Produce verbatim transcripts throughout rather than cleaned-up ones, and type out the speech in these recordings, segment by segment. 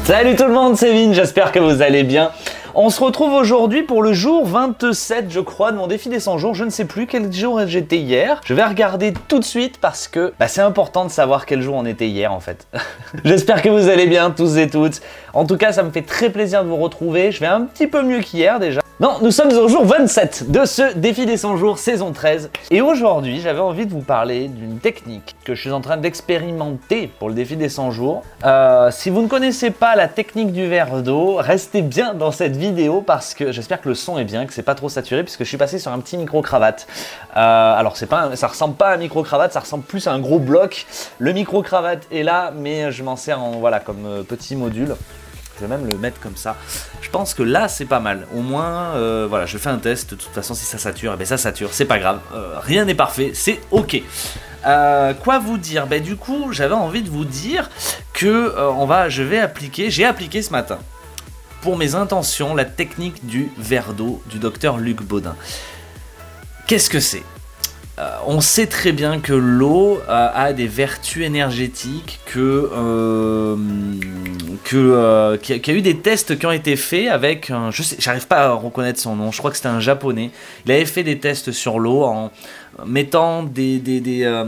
Salut tout le monde, c'est Vin, j'espère que vous allez bien. On se retrouve aujourd'hui pour le jour vingt-sept, je crois, de mon défi des cent jours. Je ne sais plus quel jour j'étais hier. Je vais regarder tout de suite parce que bah, c'est important de savoir quel jour on était hier en fait. J'espère que vous allez bien tous et toutes. En tout cas, ça me fait très plaisir de vous retrouver. Je vais un petit peu mieux qu'hier déjà. Non, nous sommes au jour vingt-sept de ce défi des cent jours, saison treize. Et aujourd'hui, j'avais envie de vous parler d'une technique que je suis en train d'expérimenter pour le défi des cent jours. Euh, si vous ne connaissez pas la technique du verre d'eau, restez bien dans cette vidéo parce que j'espère que le son est bien, que c'est pas trop saturé puisque je suis passé sur un petit micro-cravate. Euh, alors, c'est pas un, ça ressemble pas à un micro-cravate, ça ressemble plus à un gros bloc. Le micro-cravate est là, mais je m'en sers en, voilà, comme euh, petit module. Je vais même le mettre comme ça. Je pense que là, c'est pas mal. Au moins, euh, voilà, je fais un test. De toute façon, si ça sature, eh bien, ça sature. C'est pas grave. Euh, rien n'est parfait. C'est OK. Euh, quoi vous dire? Ben, du coup, j'avais envie de vous dire que euh, on va, je vais appliquer, j'ai appliqué ce matin, pour mes intentions, la technique du verre d'eau du docteur Luc Baudin. Qu'est-ce que c'est? Euh, on sait très bien que l'eau euh, a des vertus énergétiques, que, euh, que, euh, qu'il y, qu'il y a eu des tests qui ont été faits avec, un, je sais, j'arrive pas à reconnaître son nom, je crois que c'était un japonais. Il avait fait des tests sur l'eau en mettant des, des, des euh,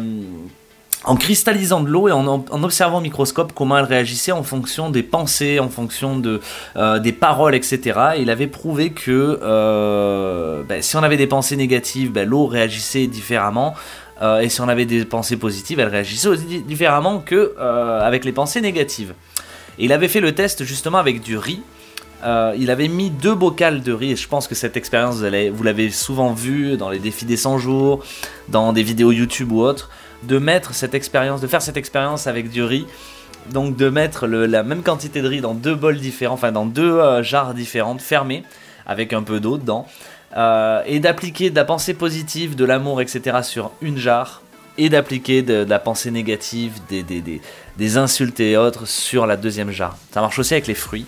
en cristallisant de l'eau et en, en observant au microscope comment elle réagissait en fonction des pensées, en fonction de, euh, des paroles, et cetera. Et il avait prouvé que euh, ben, si on avait des pensées négatives, ben, l'eau réagissait différemment. Euh, et si on avait des pensées positives, elle réagissait aussi différemment que euh, avec les pensées négatives. Et il avait fait le test justement avec du riz. Euh, il avait mis deux bocals de riz et je pense que cette expérience, vous, allez, vous l'avez souvent vu dans les défis des cent jours, dans des vidéos YouTube ou autres, de mettre cette expérience, de faire cette expérience avec du riz, donc de mettre le, la même quantité de riz dans deux bols différents, enfin dans deux euh, jarres différentes, fermées, avec un peu d'eau dedans, euh, et d'appliquer de la pensée positive, de l'amour, et cetera sur une jarre, et d'appliquer de, de la pensée négative, des, des, des, des insultes et autres sur la deuxième jarre. Ça marche aussi avec les fruits,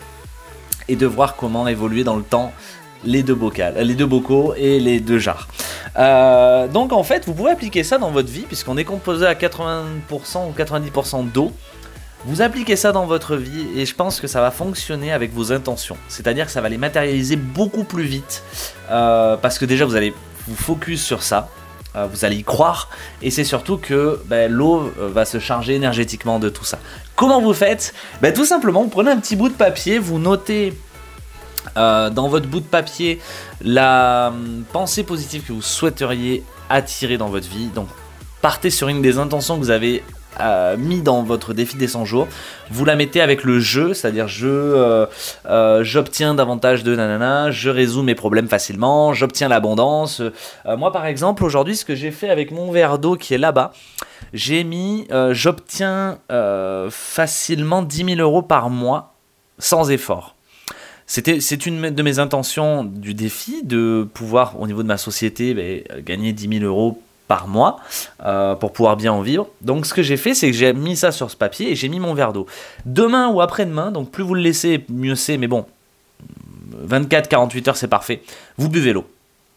et de voir comment évoluer dans le temps les deux bocals, les deux bocaux et les deux jarres. Euh, donc en fait, vous pouvez appliquer ça dans votre vie, puisqu'on est composé à quatre-vingts pour cent ou quatre-vingt-dix pour cent d'eau. Vous appliquez ça dans votre vie et je pense que ça va fonctionner avec vos intentions. C'est-à-dire que ça va les matérialiser beaucoup plus vite, euh, parce que déjà vous allez vous focus sur ça, euh, vous allez y croire, et c'est surtout que ben, l'eau va se charger énergétiquement de tout ça. Comment vous faites? Ben, tout simplement, vous prenez un petit bout de papier, vous notez Euh, dans votre bout de papier la euh, pensée positive que vous souhaiteriez attirer dans votre vie. Donc partez sur une des intentions que vous avez euh, mis dans votre défi des cent jours, vous la mettez avec le je, c'est-à-dire je euh, euh, j'obtiens davantage de nanana, je résous mes problèmes facilement, j'obtiens l'abondance. Euh, moi par exemple aujourd'hui, ce que j'ai fait avec mon verre d'eau qui est là-bas, j'ai mis euh, j'obtiens euh, facilement dix mille euros par mois sans effort. C'était, c'est une de mes intentions du défi, de pouvoir, au niveau de ma société, bah, gagner dix mille euros par mois euh, pour pouvoir bien en vivre. Donc ce que j'ai fait, c'est que j'ai mis ça sur ce papier et j'ai mis mon verre d'eau. Demain ou après-demain, donc plus vous le laissez, mieux c'est, mais bon, vingt-quatre à quarante-huit heures, c'est parfait. Vous buvez l'eau.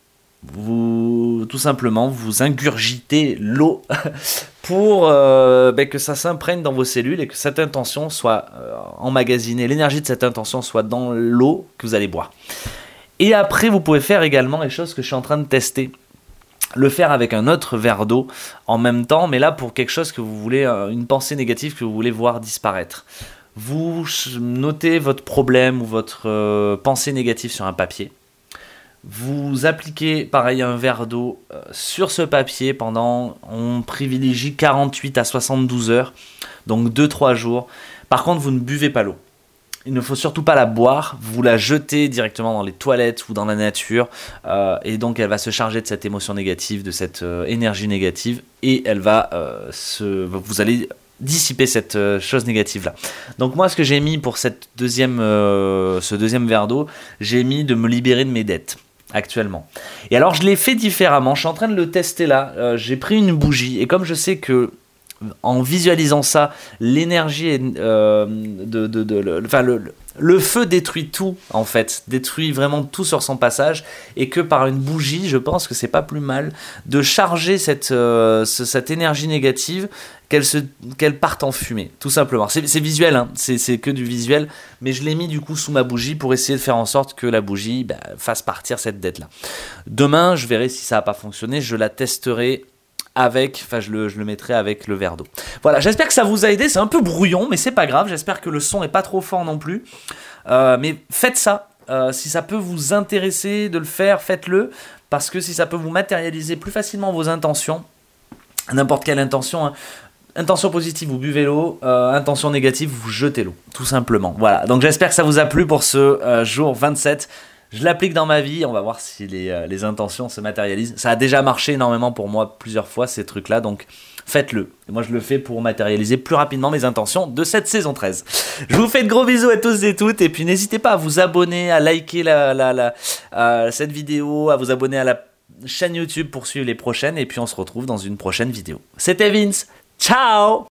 Vous, tout simplement, vous ingurgitez l'eau pour euh, ben, que ça s'imprègne dans vos cellules et que cette intention soit euh, emmagasinée, l'énergie de cette intention soit dans l'eau que vous allez boire. Et après, vous pouvez faire également les choses que je suis en train de tester. Le faire avec un autre verre d'eau en même temps, mais là pour quelque chose que vous voulez, une pensée négative que vous voulez voir disparaître. Vous notez votre problème ou votre euh, pensée négative sur un papier. Vous appliquez pareil un verre d'eau euh, sur ce papier pendant, on privilégie quarante-huit à soixante-douze heures, donc deux à trois jours. Par contre, vous ne buvez pas l'eau. Il ne faut surtout pas la boire, vous la jetez directement dans les toilettes ou dans la nature, euh, et donc elle va se charger de cette émotion négative, de cette euh, énergie négative, et elle va euh, se, vous allez dissiper cette euh, chose négative là. Donc moi, ce que j'ai mis pour cette deuxième, euh, ce deuxième verre d'eau, j'ai mis de me libérer de mes dettes. Actuellement. Et alors je l'ai fait différemment, je suis en train de le tester là, euh, j'ai pris une bougie et comme je sais que en visualisant ça, l'énergie est, euh, de, de, de, le, enfin, le, le feu détruit tout en fait, détruit vraiment tout sur son passage, et que par une bougie, je pense que c'est pas plus mal de charger cette, euh, ce, cette énergie négative, qu'elle, se, qu'elle parte en fumée, tout simplement. C'est, c'est visuel, hein, c'est, c'est que du visuel, mais je l'ai mis du coup sous ma bougie pour essayer de faire en sorte que la bougie bah, fasse partir cette dette-là. Demain, je verrai si ça n'a pas fonctionné, je la testerai avec, enfin je le, je le mettrai avec le verre d'eau. Voilà, j'espère que ça vous a aidé, c'est un peu brouillon, mais c'est pas grave, j'espère que le son est pas trop fort non plus. Euh, mais faites ça, euh, si ça peut vous intéresser de le faire, faites-le, parce que si ça peut vous matérialiser plus facilement vos intentions, n'importe quelle intention, hein. Intention positive, vous buvez l'eau, euh, intention négative, vous jetez l'eau, tout simplement. Voilà, donc j'espère que ça vous a plu pour ce euh, jour vingt-sept. Je l'applique dans ma vie, on va voir si les, euh, les intentions se matérialisent. Ça a déjà marché énormément pour moi plusieurs fois ces trucs-là, donc faites-le. Et moi je le fais pour matérialiser plus rapidement mes intentions de cette saison treize. Je vous fais de gros bisous à tous et toutes, et puis n'hésitez pas à vous abonner, à liker la, la, la, euh, cette vidéo, à vous abonner à la chaîne YouTube pour suivre les prochaines, et puis on se retrouve dans une prochaine vidéo. C'était Vince, ciao!